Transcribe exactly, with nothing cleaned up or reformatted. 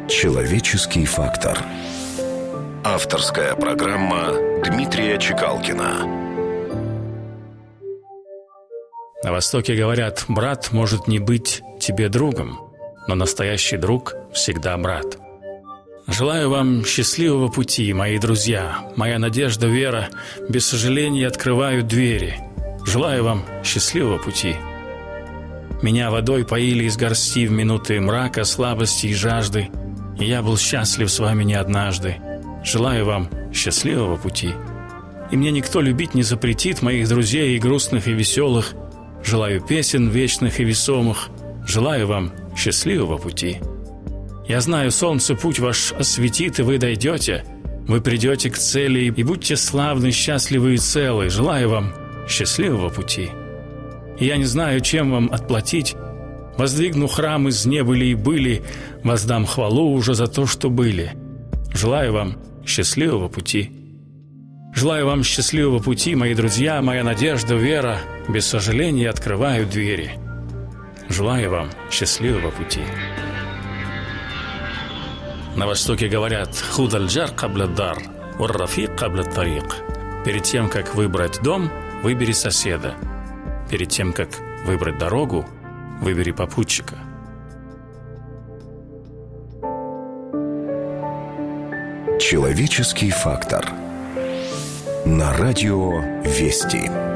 Человеческий фактор. Авторская программа Дмитрия Чекалкина. На Востоке говорят, брат может не быть тебе другом, но настоящий друг всегда брат. Желаю вам счастливого пути, мои друзья. Моя надежда, вера, без сожаления открывают двери. Желаю вам счастливого пути. Меня водой поили из горсти в минуты мрака, слабости и жажды, и я был счастлив с вами не однажды. Желаю вам счастливого пути. И мне никто любить не запретит моих друзей и грустных, и веселых. Желаю песен вечных и весомых. Желаю вам счастливого пути. Я знаю, солнце путь ваш осветит, и вы дойдете. Вы придете к цели, и будьте славны, счастливы и целы. Желаю вам счастливого пути. И я не знаю, чем вам отплатить. Воздвигну храм из небыли и были, воздам хвалу уже за то, что были. Желаю вам счастливого пути. Желаю вам счастливого пути, мои друзья, моя надежда, вера, без сожаления открывают двери. Желаю вам счастливого пути. На Востоке говорят «Худаль-джар кабля-дар, ур-рафик кабля-тарик». Перед тем, как выбрать дом, выбери соседа. Перед тем, как выбрать дорогу, выбери попутчика. Человеческий фактор. На радио Вести.